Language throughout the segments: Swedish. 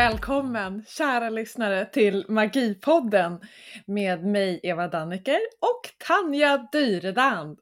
välkommen kära lyssnare till Magipodden med mig Eva Dannecker och Tanja Dyredand.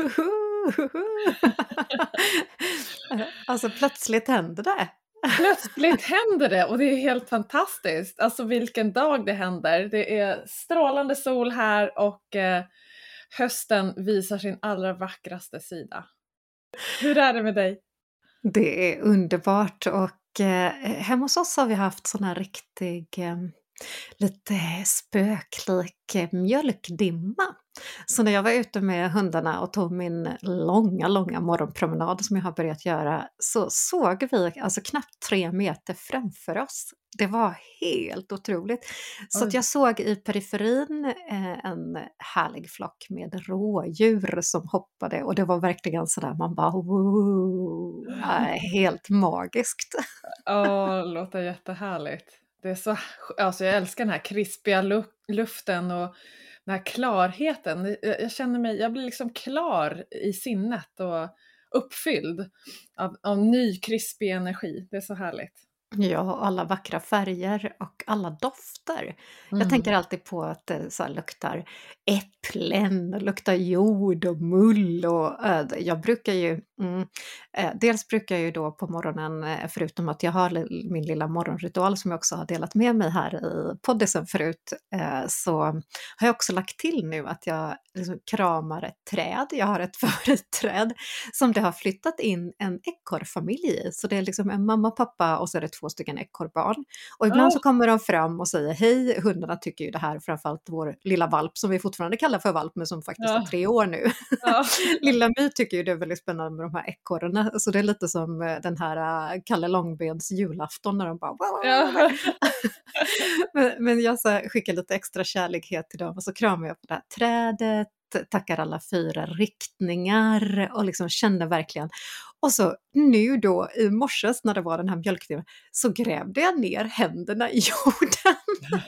Alltså plötsligt händer det. Plötsligt händer det och det är helt fantastiskt. Alltså vilken dag det händer. Det är strålande sol här och hösten visar sin allra vackraste sida. Hur är det med dig? Det är underbart och hemma hos oss har vi haft sån här riktig lite spöklik mjölkdimma. Så när jag var ute med hundarna och tog min långa morgonpromenad som jag har börjat göra så såg vi alltså knappt 3 meter framför oss. Det var helt otroligt. Så att jag såg i periferin en härlig flock med rådjur som hoppade och det var verkligen sådär man bara wow, helt magiskt. Ja, det låter jättehärligt. Det är så, alltså jag älskar den här krispiga luften och den här klarheten. Jag blir liksom klar i sinnet och uppfylld av ny krispig energi. Det är så härligt. Ja, alla vackra färger och alla dofter. Jag tänker alltid på att det så här luktar äpplen, och luktar jord och mull och jag brukar ju, dels brukar jag ju då på morgonen, förutom att jag har min lilla morgonritual som jag också har delat med mig här i poddisen förut, så har jag också lagt till nu att jag liksom kramar ett träd. Jag har ett favoritträd som det har flyttat in en ekorrfamilj i. Så det är liksom en mamma, pappa och så är det 2 stycken ekorrbarn. Och ibland så kommer de fram och säger hej, hundarna tycker ju det här, framförallt vår lilla valp som vi fortfarande kallar för valp men som faktiskt är 3 år nu. Ja. Lilla My tycker ju det är väldigt spännande med de här ekorrarna. Så det är lite som den här Kalle Långbens julafton när de bara Ja. men jag så skickar lite extra kärlighet till dem och så kramar jag på det här trädet, tackar alla 4 riktningar och liksom kände verkligen. Och så nu då i morses när det var den här mjölkdimman så grävde jag ner händerna i jorden.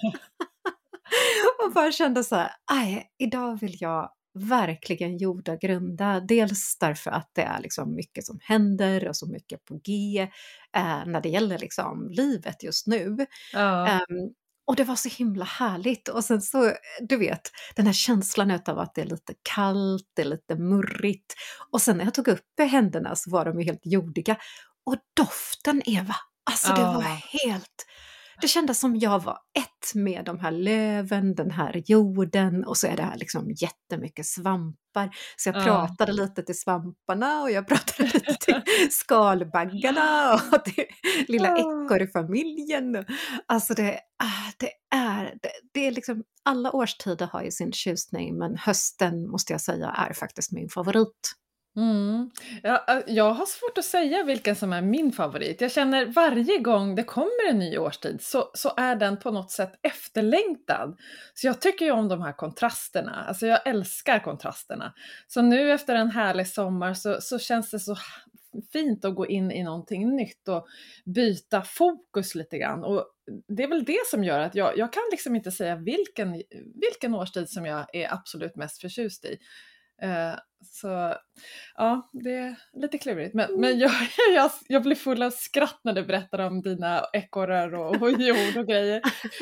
Och bara kände så här, idag vill jag verkligen jordagrunda. Dels därför att det är liksom mycket som händer och så mycket på G när det gäller liksom livet just nu. Ja. Och det var så himla härligt. Och sen så, du vet, den här känslan av att det är lite kallt, det är lite murrigt. Och sen när jag tog upp händerna så var de ju helt jordiga. Och doften, Eva, alltså det var helt... Det kändes som jag var ett med de här löven, den här jorden och så är det här liksom jättemycket svampar. Så jag pratade lite till svamparna och jag pratade lite till skalbaggarna och till lilla ekorrfamiljen. Alltså det är liksom, alla årstider har ju sin tjusning men hösten måste jag säga är faktiskt min favorit. Ja, jag har svårt att säga vilken som är min favorit. Jag känner varje gång det kommer en ny årstid så är den på något sätt efterlängtad. Så jag tycker ju om de här kontrasterna. Alltså jag älskar kontrasterna. Så nu efter en härlig sommar så känns det så fint att gå in i någonting nytt och byta fokus lite grann. Och det är väl det som gör att jag kan liksom inte säga vilken årstid som jag är absolut mest förtjust i. Så ja, det är lite klurigt. Men jag blir full av skratt när du berättar om dina ekorrar och jord och grejer.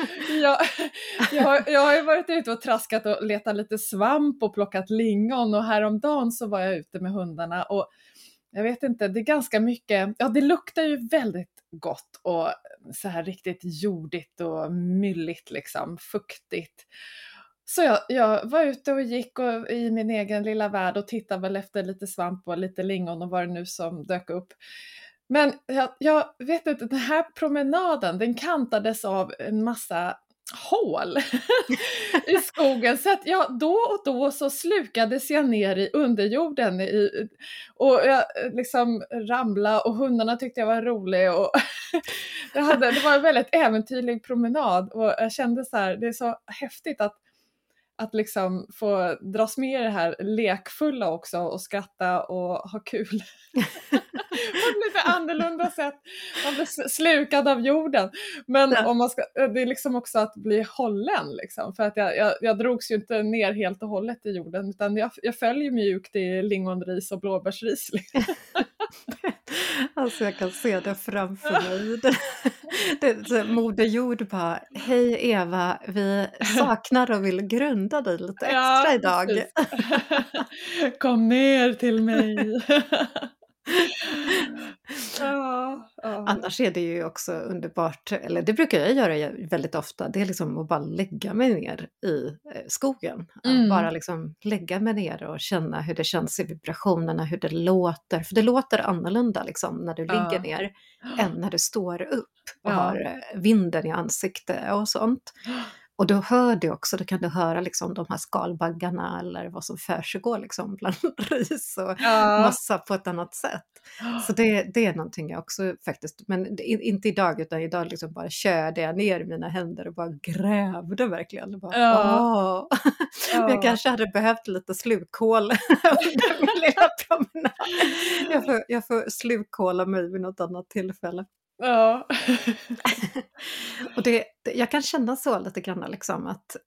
Jag har ju varit ute och traskat och letat lite svamp och plockat lingon. Och häromdagen så var jag ute med hundarna och jag vet inte, det är ganska mycket, ja det luktar ju väldigt gott och så här riktigt jordigt och mylligt liksom, fuktigt. Så jag var ute och gick i min egen lilla värld och tittade väl efter lite svamp och lite lingon och vad det nu som dök upp. Men jag vet inte, den här promenaden den kantades av en massa hål i skogen. Så att då och då så slukades jag ner i underjorden och jag liksom ramlade och hundarna tyckte jag var rolig och det var en väldigt äventyrlig promenad och jag kände så här, det är så häftigt att liksom få dras med i det här lekfulla också och skratta och ha kul. På ett lite annorlunda sätt. Man blir slukad av jorden. Men om det är liksom också att bli hållen liksom. För att jag drogs ju inte ner helt och hållet i jorden. Utan jag följer mjukt i lingonris och blåbärsris. Liksom. Alltså jag kan se det framför mig. Moder Jord bara, hej Eva, vi saknar och vill grunda dig lite extra Ja, idag. precis. Kom ner till mig. Ja, ja. Annars är det ju också underbart, eller det brukar jag göra väldigt ofta, det är liksom att bara lägga mig ner i skogen. Bara Mm. liksom lägga mig ner och känna hur det känns i vibrationerna, hur det låter. För det låter annorlunda liksom när du ligger Ja. ner än när du står upp och Ja. har vinden i ansikte och sånt. Och då hör du också, då kan du höra liksom de här skalbaggarna eller vad som försiggår liksom bland ris och Ja. mossa på ett annat sätt. Så det är någonting jag också faktiskt, men inte idag, utan idag liksom bara körde jag ner mina händer och bara grävde verkligen. Och bara, Ja. Men jag Ja. kanske hade behövt lite slukhål under min lilla promenad. Jag får slukhåla mig vid något annat tillfälle. Ja. Och jag kan känna så lite grann liksom att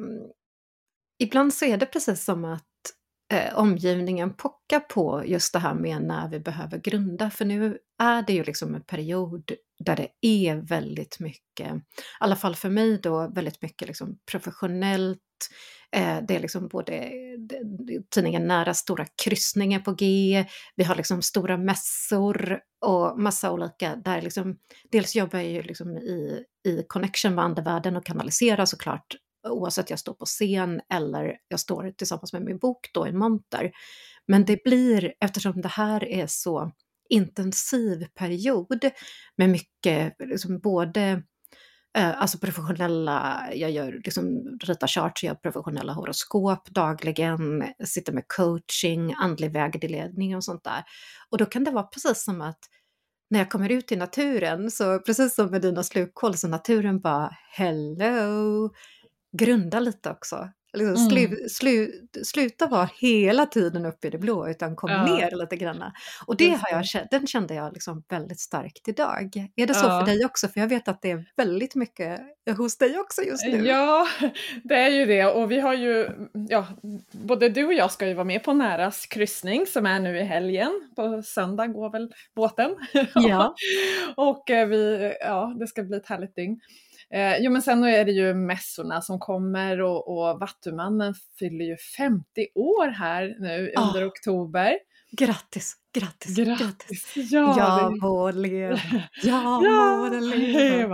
ibland så är det precis som att omgivningen pockar på just det här med när vi behöver grunda. För nu är det ju liksom en period där det är väldigt mycket, i alla fall för mig då, väldigt mycket liksom professionellt. Det är liksom både tidningen Nära stora kryssningar på G, vi har liksom stora mässor och massa olika, där liksom, dels jobbar jag ju liksom i connection med andevärlden och kanaliserar såklart, oavsett jag står på scen eller jag står tillsammans med min bok då i en monter. Men det blir, eftersom det här är så intensiv period med mycket liksom både alltså professionella, jag gör liksom ritar charts, jag gör professionella horoskop dagligen, sitter med coaching, andlig vägledning och sånt där. Och då kan det vara precis som att när jag kommer ut i naturen, så precis som med dina slukhål, så naturen bara hello, grunda lite också. Liksom sluta vara hela tiden uppe i det blå, utan kom Ja. ner lite grann. Och det Just har det. den kände jag liksom väldigt starkt idag. Är det så för Ja. dig också? För jag vet att det är väldigt mycket hos dig också just nu. Ja, det är ju det, och vi har ju, ja, både du och jag ska ju vara med på Näras kryssning som är nu i helgen. På söndag går väl båten. Ja. Och det ska bli ett härligt dygn. Jo, men sen är det ju mässorna som kommer, och Vattumannen fyller ju 50 år här nu under oktober. Grattis, grattis, grattis. Grattis! Ja, Jag må leva, jag må leva. leva.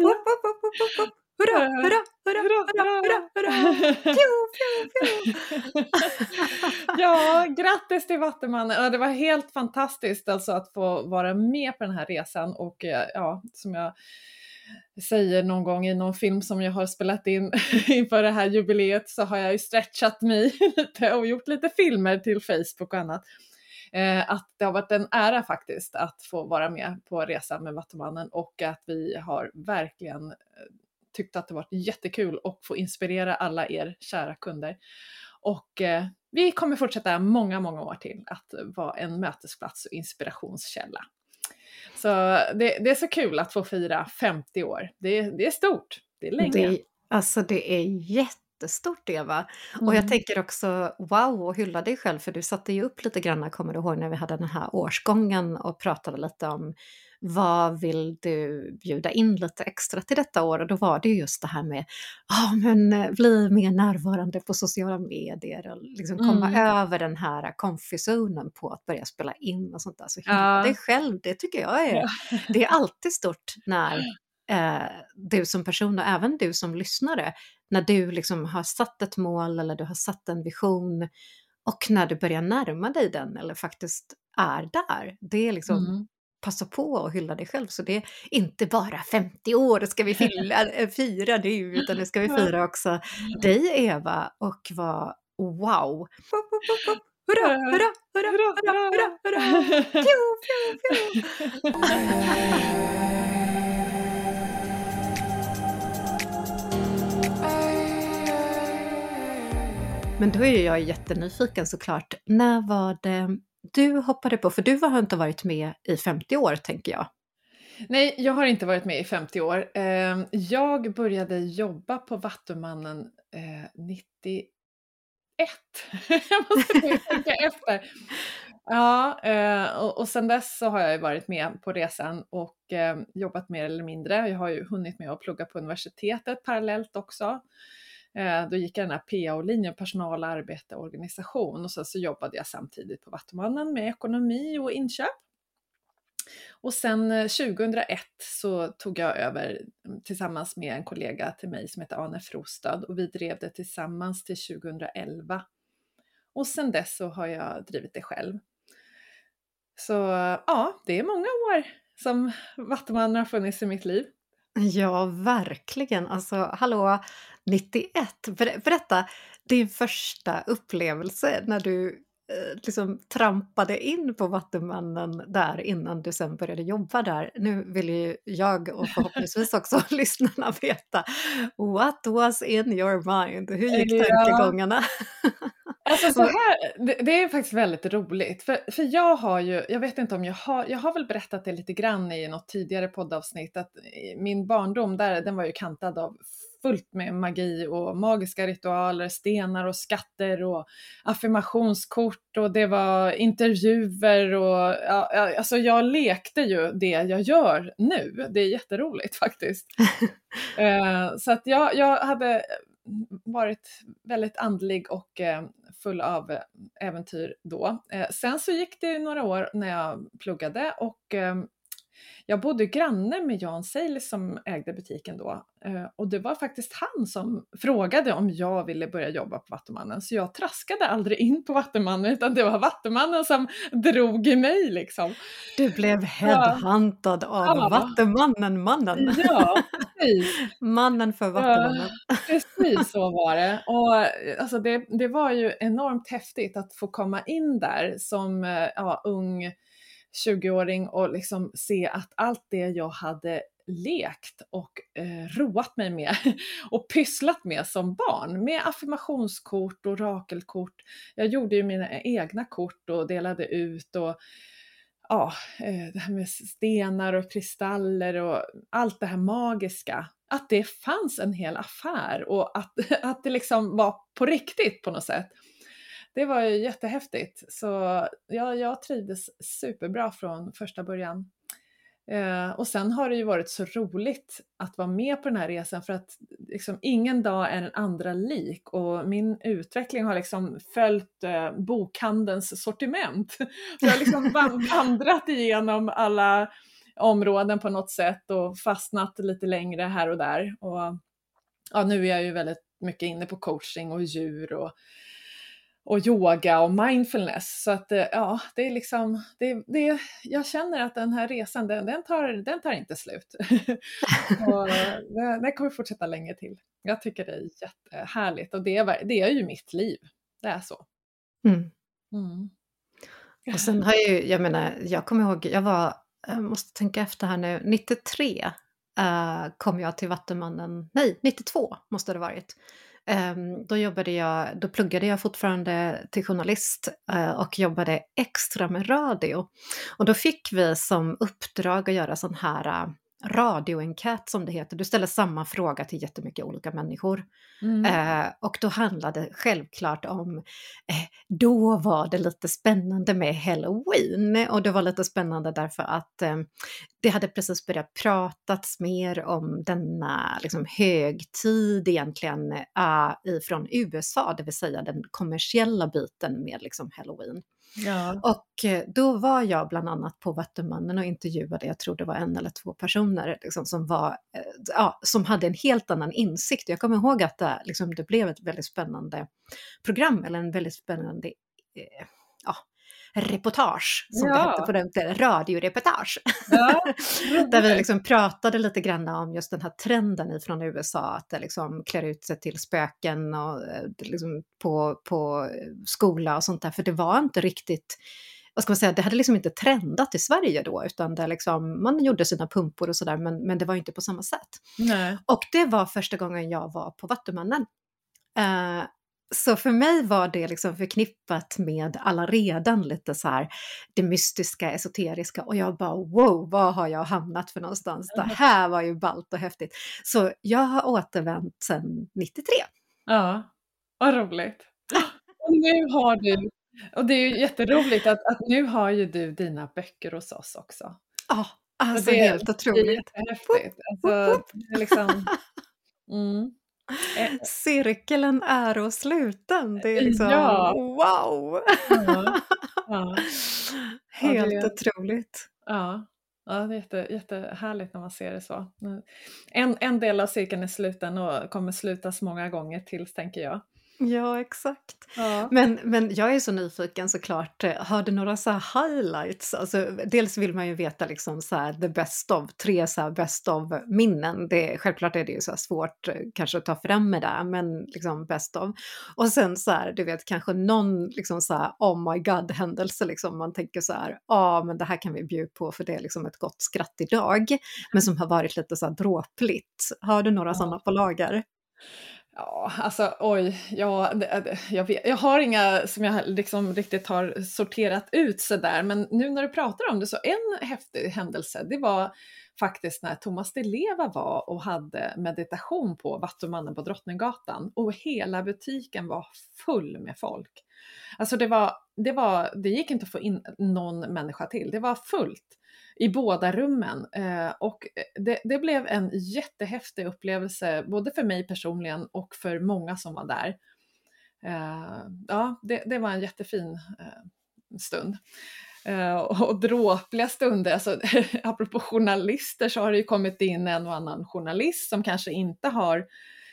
Hurra, hurra, hurra, hurra, hurra, hurra. Pju, pju, pju. Ja, grattis till Vattumannen. Ja, det var helt fantastiskt alltså att få vara med på den här resan, och ja, som jag säger någon gång i någon film som jag har spelat in inför det här jubileet, så har jag ju stretchat mig lite och gjort lite filmer till Facebook och annat. Att det har varit en ära faktiskt att få vara med på resan med Vattumannen, och att vi har verkligen tyckt att det varit jättekul att få inspirera alla er kära kunder. Och vi kommer fortsätta många, många år till att vara en mötesplats och inspirationskälla. Så det är så kul att få fira 50 år. Det är stort, det är länge. Det är jättestort, Eva. Och jag tänker också, wow, och hylla dig själv, för du satte ju upp lite grann, kommer du ihåg, när vi hade den här årsgången och pratade lite om vad vill du bjuda in lite extra till detta år? Och då var det ju just det här med bli mer närvarande på sociala medier och liksom komma över den här comfy-zonen på att börja spela in och sånt där. Så hylla dig själv, det tycker jag är, det är alltid stort när du som person och även du som lyssnare, när du liksom har satt ett mål eller du har satt en vision, och när du börjar närma dig den eller faktiskt är där, det är liksom passa på och hylla dig själv. Så det är inte bara 50 år ska vi fira nu, utan nu ska vi fira också dig, Eva, och vad wow. Hurra, hurra, hurra, hurra, hurra, hurra. Pju, pju, pju. Men då är jag jättenyfiken såklart. När var det du hoppade på? För du har inte varit med i 50 år, tänker jag. Nej, jag har inte varit med i 50 år. Jag började jobba på Vattumannen 91. Jag måste tänka efter. Ja, och sen dess så har jag ju varit med på resan och jobbat mer eller mindre. Jag har ju hunnit med att plugga på universitetet parallellt också. Då gick jag den här PA-linjen, personal, arbete och organisation, och sen så jobbade jag samtidigt på Vattumannen med ekonomi och inköp. Och sen 2001 så tog jag över tillsammans med en kollega till mig som heter Ane Frostad, och vi drev det tillsammans till 2011. Och sen dess så har jag drivit det själv. Så ja, det är många år som Vattumannen har funnits i mitt liv. Ja, verkligen. Alltså, hallå, 91. Berätta din första upplevelse när du liksom trampade in på Vattumannen där innan du sen började jobba där. Nu vill ju jag och förhoppningsvis också lyssnarna veta, what was in your mind? Hur gick tankegångarna? Alltså så här, det är faktiskt väldigt roligt, för jag har ju, jag vet inte om jag har väl berättat det lite grann i något tidigare poddavsnitt, att min barndom där, den var ju kantad av fullt med magi och magiska ritualer, stenar och skatter och affirmationskort, och det var intervjuer och alltså jag lekte ju det jag gör nu. Det är jätteroligt faktiskt. Så att jag hade varit väldigt andlig och full av äventyr då. Sen så gick det några år när jag pluggade, och jag bodde granne med Jan Seil som ägde butiken då. Och det var faktiskt han som frågade om jag ville börja jobba på Vattumannen. Så jag traskade aldrig in på Vattumannen, utan det var Vattumannen som drog i mig liksom. Du blev headhuntad av Vattumannen-mannen. Ja, precis. Mannen för Vattumannen. Precis så var det. Och alltså det var ju enormt häftigt att få komma in där som ung 20-åring och liksom se att allt det jag hade lekt och roat mig med och pysslat med som barn, med affirmationskort och orakelkort. Jag gjorde ju mina egna kort och delade ut, och det här med stenar och kristaller och allt det här magiska. Att det fanns en hel affär och att det liksom var på riktigt på något sätt. Det var ju jättehäftigt. Så jag trivdes superbra från första början. Och sen har det ju varit så roligt att vara med på den här resan, för att liksom ingen dag är den andra lik, och min utveckling har liksom följt bokhandelns sortiment. Jag har liksom vandrat igenom alla områden på något sätt och fastnat lite längre här och där. Och nu är jag ju väldigt mycket inne på coaching och djur och yoga och mindfulness. Så att det är liksom, jag känner att den här resan, den tar inte slut. Och den kommer fortsätta länge till. Jag tycker det är jättehärligt, och det är ju mitt liv. Det är så. Och sen har jag kommer ihåg, jag måste tänka efter här nu, 93 kom jag till Vattumannen, 92 måste det varit. Då pluggade jag fortfarande till journalist och jobbade extra med radio. Och då fick vi som uppdrag att göra sån här radioenkät som det heter. Du ställer samma fråga till jättemycket olika människor. Och då handlade det självklart om, då var det lite spännande med Halloween. Och det var lite spännande därför att det hade precis börjat pratats mer om denna liksom, högtid egentligen ifrån USA, det vill säga den kommersiella biten med liksom, Halloween. Ja. Och då var jag bland annat på Vattumannen och intervjuade, jag tror det var 1 eller 2 personer liksom, som hade en helt annan insikt. Jag kommer ihåg att det blev ett väldigt spännande program, eller en väldigt spännande reportage som det hette på den tiden, radioreportage. Ja. Där vi liksom pratade lite grann om just den här trenden från USA, att det liksom klär ut sig till spöken och liksom på skola och sånt där, för det var inte riktigt, vad ska man säga, det hade liksom inte trendat i Sverige då, utan det liksom, man gjorde sina pumpor och sådär, men det var inte på samma sätt. Nej. Och det var första gången jag var på Vattumannen. Så för mig var det liksom förknippat med alla redan lite så här det mystiska, esoteriska, och jag bara wow, vad har jag hamnat för någonstans? Det här var ju ballt och häftigt. Så jag har återvänt sedan 93. Ja, vad roligt. Och nu har du Och det är ju jätteroligt att nu har ju du dina böcker hos oss också. Ja, Så alltså det helt är otroligt. Woop, jättehäftigt. woop, Alltså, woop. det är liksom, mm. Eh, Cirkeln är sluten. Det är liksom ja, wow! ja, ja. Ja, Helt otroligt. ja. Ja, det är jättehärligt när man ser det så. En del av cirkeln är sluten och kommer slutas många gånger till, tänker jag. Ja, exakt. Ja. Men jag är så nyfiken såklart. Har du några så här highlights? Alltså, dels vill man ju veta liksom så här the best of, 3 så här best of minnen. Självklart är det ju så här svårt kanske att ta fram med det, men liksom best of. Och sen så här, du vet kanske någon liksom så här oh my god händelse liksom. Man tänker så här, ja men det här kan vi bjuda på för det är liksom ett gott skratt idag. Men som har varit lite så här dråpligt. Har du några sådana på lager? Ja, alltså oj, jag har inga som jag liksom riktigt har sorterat ut så där, men nu när du pratar om det så en häftig händelse, det var faktiskt när Thomas Di Leva var och hade meditation på Vattumannen på Drottninggatan och hela butiken var full med folk. Alltså det gick inte att få in någon människa till, det var fullt i båda rummen och det blev en jättehäftig upplevelse både för mig personligen och för många som var där. Ja, det var en jättefin stund. Och dråpliga stunder, alltså, apropå journalister så har det ju kommit in en och annan journalist som kanske inte har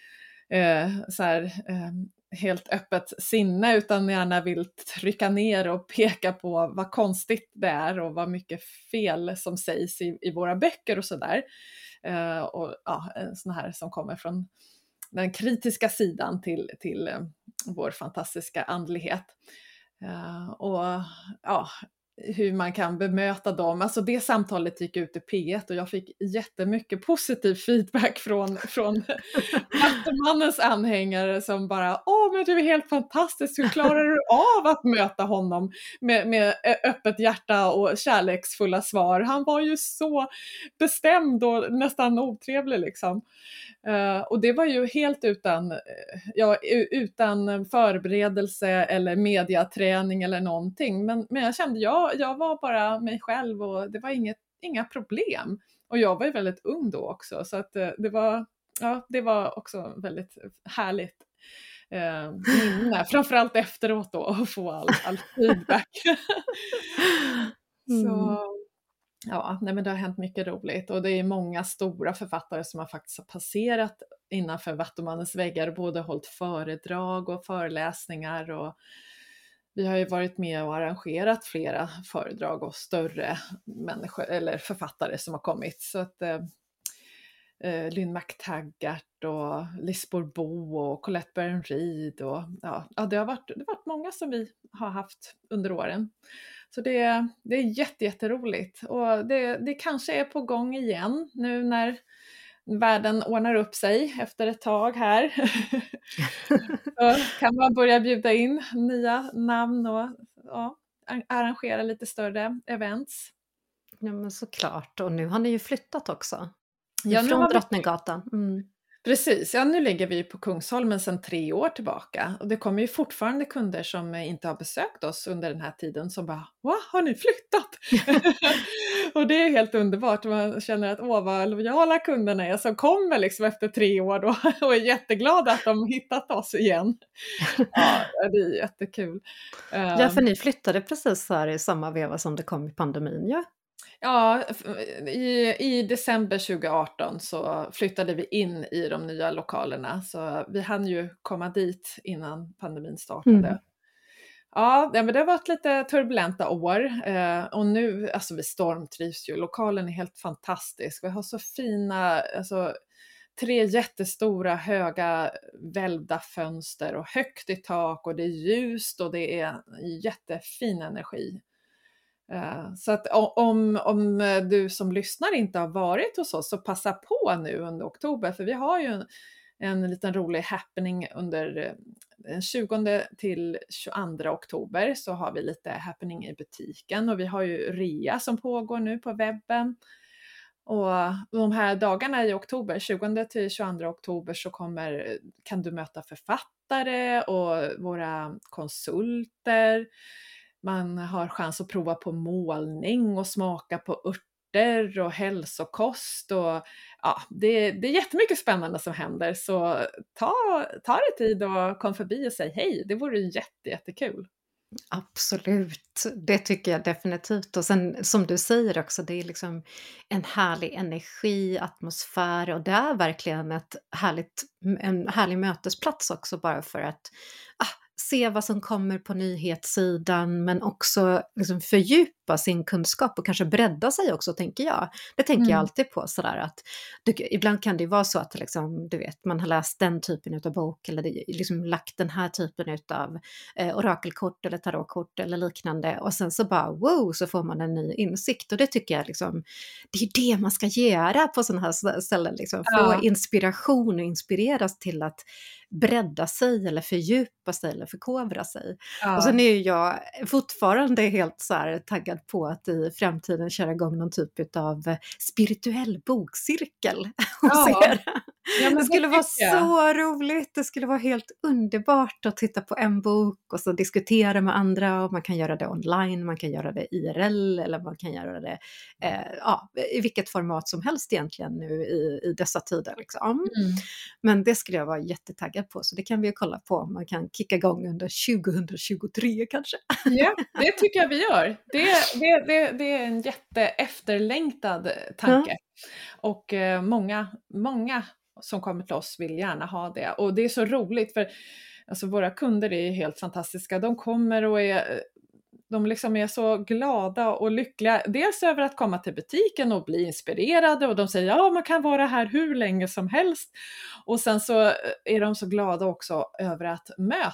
så här, helt öppet sinne utan gärna vill trycka ner och peka på vad konstigt det är och vad mycket fel som sägs i våra böcker och sådär. Och ja, en sån här som kommer från den kritiska sidan till vår fantastiska andlighet. Och ja, hur man kan bemöta dem. Alltså det samtalet gick ut i P1 och jag fick jättemycket positiv feedback från Vattumannens anhängare som bara åh men du är helt fantastisk, hur klarar du av att möta honom med öppet hjärta och kärleksfulla svar? Han var ju så bestämd och nästan otrevlig liksom. Och det var ju helt utan förberedelse eller mediaträning eller någonting. Men jag kände, jag var bara mig själv och det var inga problem. Och jag var ju väldigt ung då också, så att det var också väldigt härligt minne. Framförallt efteråt då, att få all feedback. Så... Ja, nej men det har hänt mycket roligt och det är många stora författare som har faktiskt passerat innanför Vattumannens väggar och både hållit föredrag och föreläsningar och vi har ju varit med och arrangerat flera föredrag och större människor eller författare som har kommit så att Lynn McTaggart och Lisbor Bo och Colette Baron-Reid och ja, det har varit många som vi har haft under åren. Så det är jätteroligt och det kanske är på gång igen nu när världen ordnar upp sig efter ett tag här. Så kan man börja bjuda in nya namn och arrangera lite större events. Ja men såklart, och nu har ni ju flyttat också. Ja, Från Drottninggatan. Precis, ja nu ligger vi på Kungsholmen sedan 3 år tillbaka och det kommer ju fortfarande kunder som inte har besökt oss under den här tiden som bara va, har ni flyttat? Och det är helt underbart, man känner att vad lojala kunderna är som kommer liksom efter 3 år då och är jätteglada att de hittat oss igen. Ja, det är jättekul. Ja, för ni flyttade precis här i samma veva som det kom i pandemin, ja? Ja, i december 2018 så flyttade vi in i de nya lokalerna så vi hann ju komma dit innan pandemin startade. Ja, men det har varit lite turbulenta år och nu, alltså vi stormtrivs ju, lokalen är helt fantastisk. Vi har så fina, alltså 3 jättestora höga välvda fönster och högt i tak och det är ljust och det är jättefin energi. Så att om du som lyssnar inte har varit hos oss så passa på nu under oktober för vi har ju en liten rolig happening under den 20 till 22 oktober så har vi lite happening i butiken och vi har ju rea som pågår nu på webben. Och de här dagarna i oktober, 20 till 22 oktober så kan du möta författare författare och våra konsulter. Man har chans att prova på målning och smaka på örter och hälsokost. Och, ja, det är jättemycket spännande som händer, så ta dig tid och kom förbi och säg hej. Det vore jättekul. Absolut, det tycker jag definitivt. Och sen som du säger också, det är liksom en härlig energi, atmosfär, och det är verkligen en härlig mötesplats också, bara för att se vad som kommer på nyhetssidan, men också liksom fördjupa sin kunskap och kanske bredda sig också, tänker jag. Det tänker jag alltid på, sådär att ibland kan det ju vara så att liksom, du vet, man har läst den typen av bok, eller liksom lagt den här typen av orakelkort eller tarotkort eller liknande, och sen så bara wow, så får man en ny insikt. Och det tycker jag liksom, det är det man ska göra på sådana här ställen, liksom. Få inspiration och inspireras till att bredda sig eller fördjupa sig eller förkovra sig. Och sen är jag fortfarande helt så här taggad på att i framtiden köra igång någon typ av spirituell bokcirkel hos er. Ja, det skulle vara så roligt, det skulle vara helt underbart att titta på en bok och så diskutera med andra, och man kan göra det online, man kan göra det IRL, eller man kan göra det i vilket format som helst egentligen nu i dessa tider liksom. Men det skulle jag vara jättetaggad på, så det kan vi ju kolla på om man kan kicka igång under 2023 kanske. Ja, det tycker jag vi gör. Det är en jätteefterlängtad tanke. Och många som kommer till oss vill gärna ha det. Och det är så roligt, för alltså, våra kunder är helt fantastiska. De kommer och de liksom är så glada och lyckliga. Dels över att komma till butiken och bli inspirerade. Och de säger man kan vara här hur länge som helst. Och sen så är de så glada också över att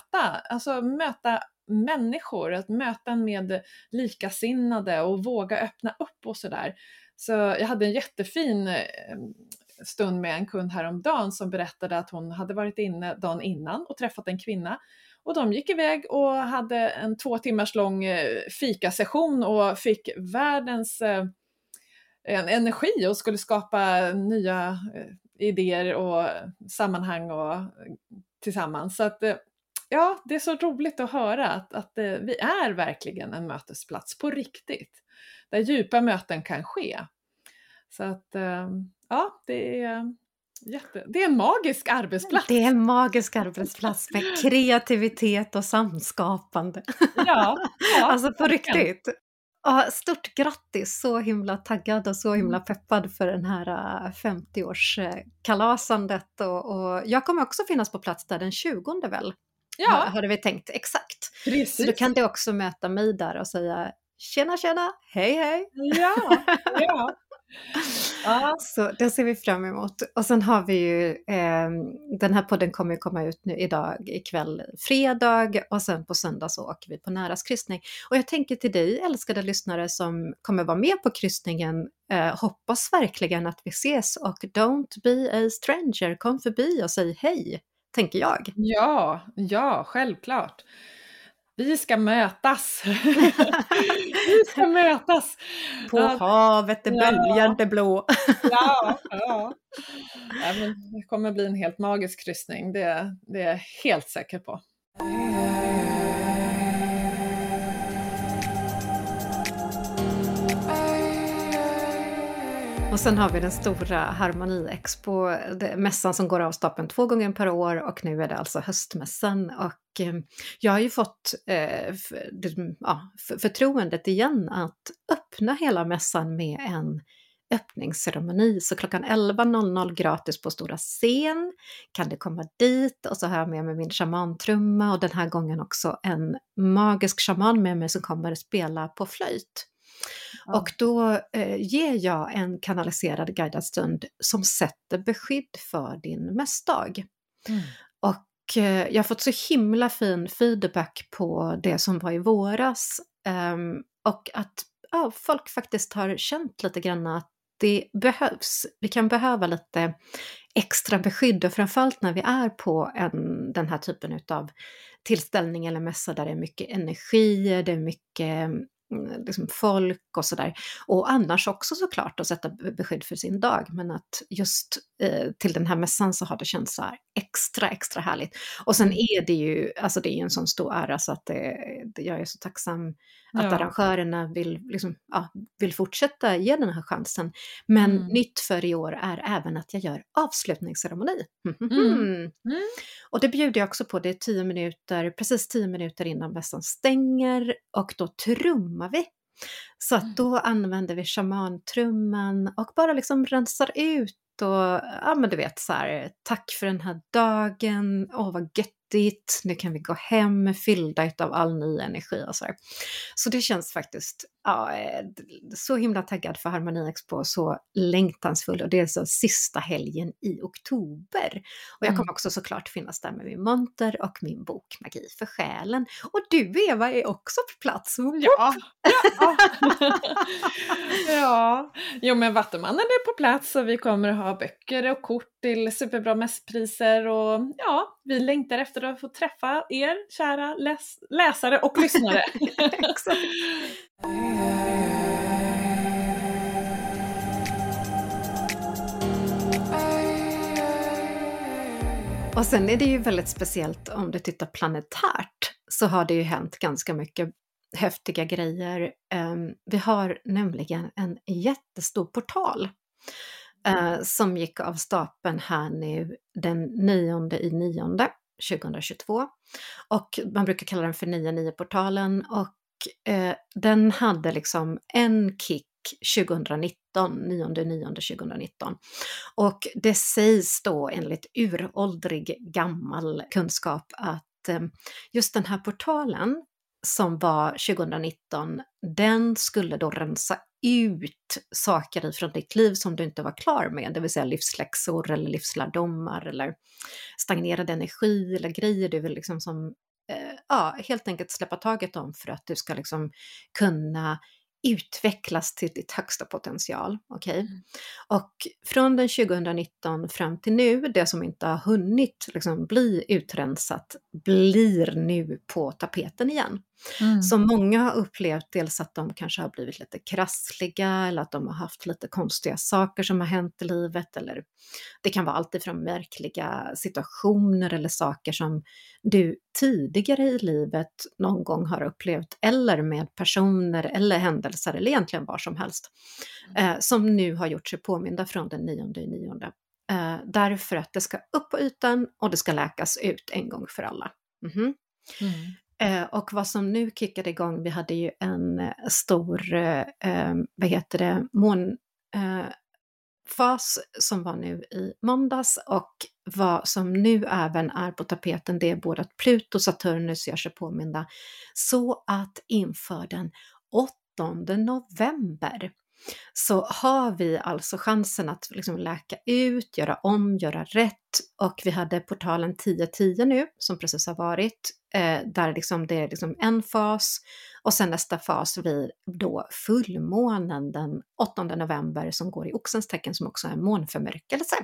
möta människor. Att möta med likasinnade och våga öppna upp och sådär. Så jag hade en jättefin stund med en kund häromdagen som berättade att hon hade varit inne dagen innan och träffat en kvinna. Och de gick iväg och hade en 2 timmars lång fikasession och fick världens energi och skulle skapa nya idéer och sammanhang och tillsammans. Så att det är så roligt att höra att vi är verkligen en mötesplats på riktigt. Där djupa möten kan ske. Så att det är en magisk arbetsplats. Det är en magisk arbetsplats med kreativitet och samskapande. Ja, alltså på riktigt. Stort grattis, så himla taggad och så himla peppad för den här 50-årskalasandet. Och jag kommer också finnas på plats där den 20 väl? Ja. Hade vi tänkt, exakt. Precis. Så då kan du också möta mig där och säga tjena, hej. Ja. Så det ser vi fram emot. Och sen har vi ju, den här podden kommer ju komma ut nu ikväll fredag, och sen på söndag så åker vi på Näras kryssning. Och jag tänker till dig, älskade lyssnare som kommer vara med på kryssningen, hoppas verkligen att vi ses, och don't be a stranger, kom förbi och säg hej, tänker jag. Ja, självklart. Vi ska mötas. Vi ska mötas. På havet det böljande blå. Ja, men det kommer bli en helt magisk kryssning. Det är jag helt säker på. Och sen har vi den stora Harmoni Expo, mässan som går av stapeln 2 gånger per år, och nu är det alltså höstmässan. Och jag har ju fått förtroendet igen att öppna hela mässan med en öppningsceremoni. Så klockan 11.00 gratis på stora scen kan du komma dit, och så har jag med mig min shamantrumma, och den här gången också en magisk shaman med mig som kommer att spela på flöjt. Ja. Och då ger jag en kanaliserad guidad stund som sätter beskydd för din mässdag. Och jag har fått så himla fin feedback på det som var i våras, och att folk faktiskt har känt lite grann att det behövs. Vi kan behöva lite extra beskydd, och framförallt när vi är på den här typen av tillställning eller mässa där det är mycket energi, det är mycket liksom folk och sådär. Och annars också såklart att sätta beskydd för sin dag, men att just till den här mässan så har det känts så här extra härligt. Och sen är det ju, alltså det är ju en sån stor ära så att jag är så tacksam att arrangörerna vill fortsätta ge den här chansen. Men nytt för i år är även att jag gör avslutningsceremoni. Och det bjuder jag också på, det är precis 10 minuter innan mässan stänger, och då trummar vi. Så att då använder vi shamantrumman och bara liksom rensar ut och men du vet så här, tack för den här dagen, vad göttigt, nu kan vi gå hem fyllda av all ny energi och så här. Så det känns faktiskt så himla taggad för Harmoni Expo, så längtansfull, och det är så sista helgen i oktober. Och jag kommer också såklart finnas där med min monter och min bok Magi för själen. Och du Eva är också på plats. Ja. Jo, men Vattumannen är på plats och vi kommer att ha böcker och kort till superbra mässpriser, och vi längtar efter att få träffa er kära läsare och lyssnare. Exakt. Och sen är det ju väldigt speciellt om du tittar planetärt, så har det ju hänt ganska mycket häftiga grejer. Vi har nämligen en jättestor portal som gick av stapeln här nu den 9/9 2022. Och man brukar kalla den för 9/9-portalen, och den hade liksom en kick 2019, 9/9 2019. Och det sägs då enligt uråldrig gammal kunskap att just den här portalen som var 2019, den skulle då rensa ut saker ifrån ditt liv som du inte var klar med, det vill säga livsläxor eller livslärdomar eller stagnerad energi eller grejer du vill liksom som helt enkelt släppa taget om för att du ska liksom kunna utvecklas till ditt högsta potential. Okay? Och från den 2019 fram till nu, det som inte har hunnit liksom bli utrensat blir nu på tapeten igen. Så många har upplevt dels att de kanske har blivit lite krassliga, eller att de har haft lite konstiga saker som har hänt i livet, eller det kan vara allt ifrån märkliga situationer eller saker som du tidigare i livet någon gång har upplevt, eller med personer eller händelser eller egentligen var som helst, som nu har gjort sig påminda från den 9/9. Därför att det ska upp på ytan och det ska läkas ut en gång för alla. Och vad som nu kickade igång, vi hade ju en stor månfas som var nu i måndags, och vad som nu även är på tapeten, det är både att Pluto och Saturnus gör sig påminda, så att inför den 8 november så har vi alltså chansen att liksom läka ut, göra om, göra rätt. Och vi hade portalen 10/10 nu som precis har varit, där liksom det är liksom en fas, och sen nästa fas blir då fullmånen den 8 november som går i Oxens tecken, som också är en månförmörkelse.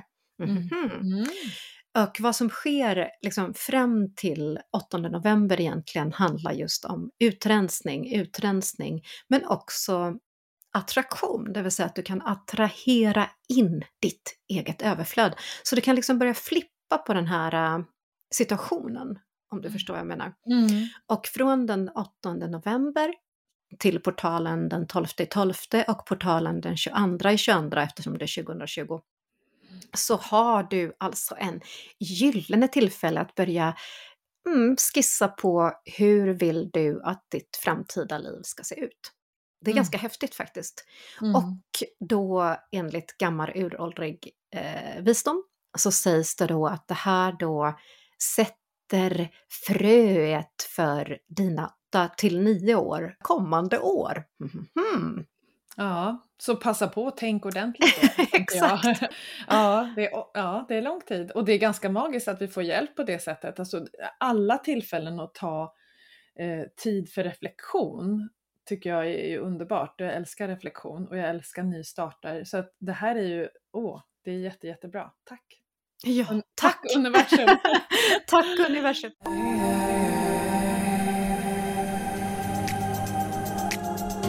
Och vad som sker liksom fram till 8 november egentligen handlar just om utrensning, men också attraktion, det vill säga att du kan attrahera in ditt eget överflöd. Så du kan liksom börja flippa på den här situationen, om du förstår vad jag menar. Och från den 8 november till portalen den 12/12 och portalen den 22/22, eftersom det är 2020, så har du alltså en gyllene tillfälle att börja skissa på hur vill du att ditt framtida liv ska se ut. Det är ganska häftigt faktiskt. Och då enligt gammal uråldrig visdom så sägs det då att det här då sätter fröet för dina 8-9 år kommande år. Ja, så passa på och tänk ordentligt. Exakt. Det är lång tid, och det är ganska magiskt att vi får hjälp på det sättet. Alltså, alla tillfällen att ta tid för reflektion tycker jag är underbart. Jag älskar reflektion och jag älskar nystarter. Så att det här är ju, det är jättebra. Tack. Ja, tack universum. Tack universum.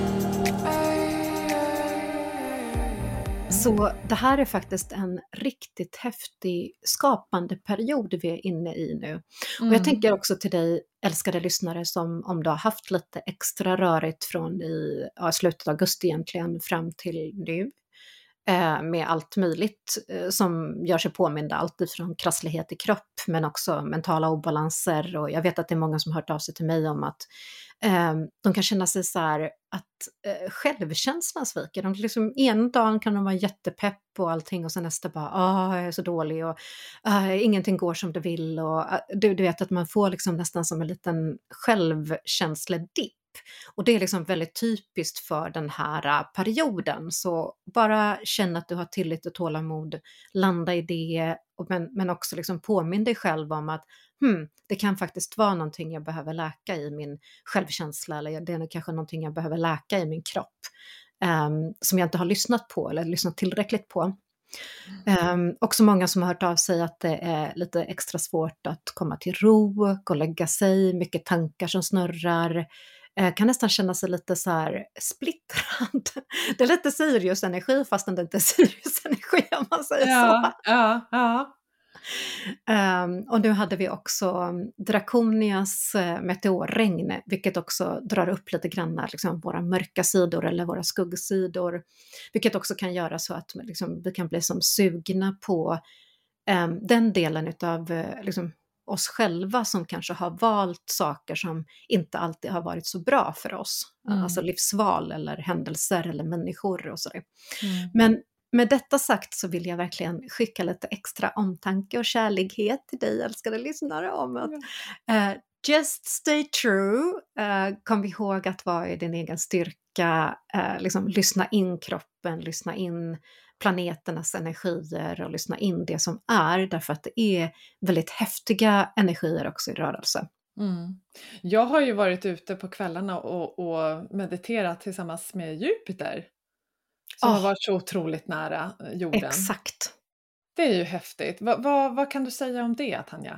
Så det här är faktiskt en riktigt häftig skapande period vi är inne i nu. Och jag tänker också till dig, älskade lyssnare, som om du har haft lite extra rörigt från slutet av augusti egentligen fram till nu. Med allt möjligt som gör sig påminda, allt ifrån krasslighet i kropp men också mentala obalanser, och jag vet att det är många som har hört av sig till mig om att de kan känna sig så här att självkänslan sviker. De liksom, en dag kan de vara jättepepp och allting och sen nästa bara jag är så dålig och ingenting går som det vill, och du vet att man får liksom nästan som en liten självkänsledipp. Och det är liksom väldigt typiskt för den här perioden, så bara känna att du har tillit och tålamod, landa i det, men också liksom påminn dig själv om att det kan faktiskt vara någonting jag behöver läka i min självkänsla, eller det är kanske någonting jag behöver läka i min kropp som jag inte har lyssnat på eller lyssnat tillräckligt på. Också många som har hört av sig att det är lite extra svårt att komma till ro, gå och lägga sig, mycket tankar som snurrar. Kan nästan känna sig lite så här splittrad. Det är lite Sirius-energi fastän det inte är Sirius-energi, om man säger så. Ja. Och nu hade vi också Drakonias meteorregn, vilket också drar upp lite grann liksom våra mörka sidor eller våra skuggsidor, vilket också kan göra så att liksom, vi kan bli som sugna på den delen utav liksom, oss själva som kanske har valt saker som inte alltid har varit så bra för oss. Alltså livsval eller händelser eller människor och sådär. Men med detta sagt så vill jag verkligen skicka lite extra omtanke och kärlighet till dig, älskade lyssnare, om att just stay true. Kom ihåg att vara i din egen styrka, liksom lyssna in kroppen, lyssna in planeternas energier och lyssna in det som är, därför att det är väldigt häftiga energier också i rörelse. Jag har ju varit ute på kvällarna och mediterat tillsammans med Jupiter som har varit så otroligt nära jorden. Exakt. Det är ju häftigt. Vad kan du säga om det, Tanja?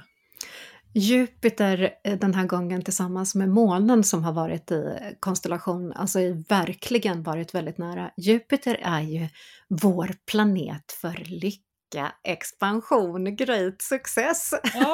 Jupiter den här gången tillsammans med månen som har varit i konstellation, alltså verkligen varit väldigt nära. Jupiter är ju vår planet för lycka, expansion, great success.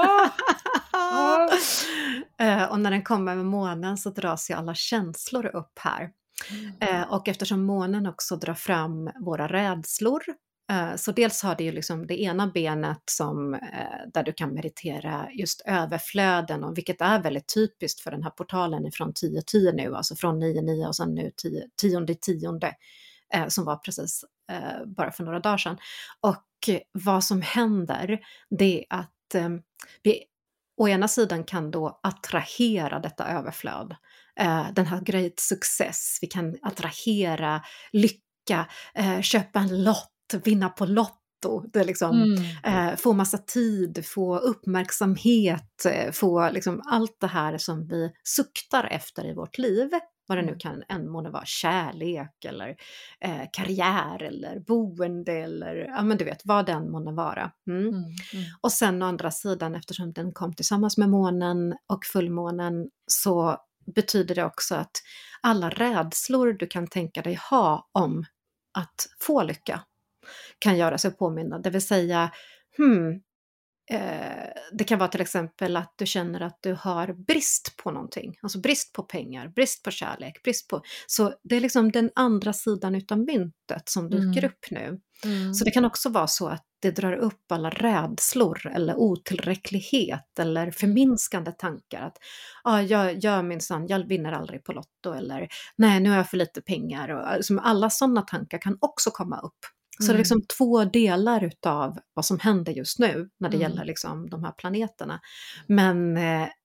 Och när den kommer med månen så dras ju alla känslor upp här. Och eftersom månen också drar fram våra rädslor, så dels har det ju liksom det ena benet som, där du kan meditera just överflöden, och vilket är väldigt typiskt för den här portalen från 10-10 nu, alltså från 9-9 och sen nu 10-10 som var precis bara för några dagar sedan. Och vad som händer, det är att vi å ena sidan kan då attrahera detta överflöd, den här great success, vi kan attrahera lycka, köpa en lott, vinna på lotto, det liksom, få massa tid, få uppmärksamhet, få liksom allt det här som vi suktar efter i vårt liv, vad det nu kan må vara, kärlek eller karriär eller boende eller ja men du vet vad den måste vara. Och sen å andra sidan, eftersom den kom tillsammans med månen och fullmånen, så betyder det också att alla rädslor du kan tänka dig ha om att få lycka kan göra sig påminna. Det vill säga, det kan vara till exempel att du känner att du har brist på någonting. Alltså brist på pengar, brist på kärlek, brist på... Så det är liksom den andra sidan utav myntet som dyker upp nu. Så det kan också vara så att det drar upp alla rädslor eller otillräcklighet eller förminskande tankar. Att jag vinner aldrig på Lotto, eller nej, nu har jag för lite pengar. Och, liksom, alla sådana tankar kan också komma upp. Så det är liksom två delar utav vad som händer just nu när det gäller liksom de här planeterna. Men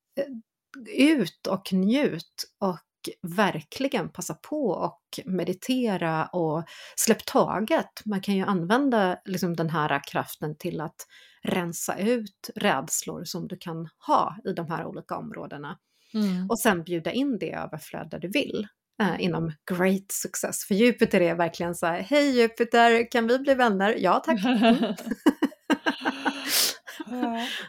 ut och njut och verkligen passa på och meditera och släpp taget. Man kan ju använda liksom den här kraften till att rensa ut rädslor som du kan ha i de här olika områdena. Och sen bjuda in det överflöd där du vill. Inom great success. För Jupiter är verkligen så här: hej Jupiter, kan vi bli vänner? Ja tack.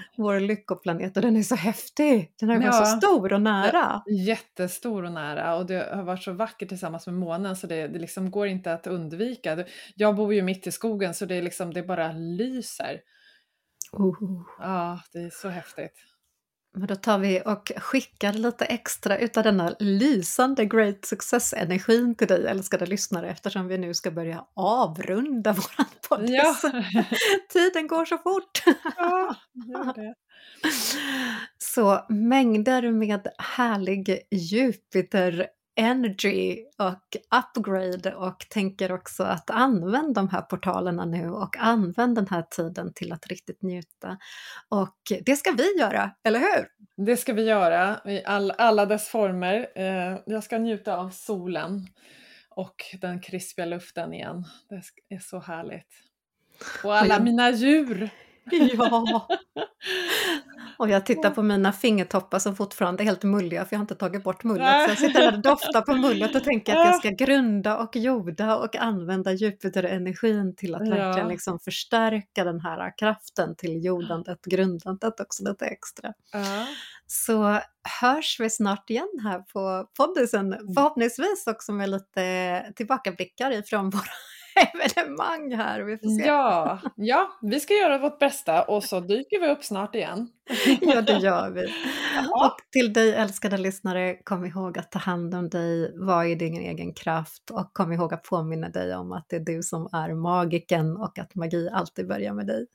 vår lyckoplanet, och den är så häftig. Den är så stor och nära. Jättestor och nära, och det har varit så vackert tillsammans med månen, så det liksom går inte att undvika. Jag bor ju mitt i skogen, så det är liksom, det bara lyser. Ja, det är så häftigt. Men då tar vi och skickar lite extra utav denna lysande Great Success-energin till dig, älskade lyssnare, eftersom vi nu ska börja avrunda våran podd. Ja. Tiden går så fort! Ja, gör det. Så mängder med härlig Jupiter energy och upgrade, och tänker också att använda de här portalerna nu och använd den här tiden till att riktigt njuta. Och det ska vi göra, eller hur? Det ska vi göra i alla dess former. Jag ska njuta av solen och den krispiga luften igen. Det är så härligt. Och alla mina djur. Ja! Och jag tittar på mina fingertoppar som fortfarande är helt mulliga, för jag har inte tagit bort mullet. Så jag sitter där och doftar på mullet och tänker att jag ska grunda och jorda och använda Jupiter-energin till att verkligen liksom förstärka den här kraften till jordandet, grundandet också lite extra. Så hörs vi snart igen här på poddisen, förhoppningsvis också med lite tillbakablickar ifrån våra evenemang här. Vi får se. Ja, vi ska göra vårt bästa, och så dyker vi upp snart igen. Ja, det gör vi. Och till dig älskade lyssnare, kom ihåg att ta hand om dig, var i din egen kraft, och kom ihåg att påminna dig om att det är du som är magiken och att magi alltid börjar med dig.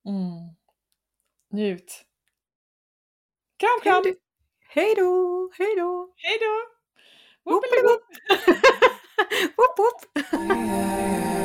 Njut. Kram! Hej då! Hej då! Hej då! Woop, woop. Woop, woop.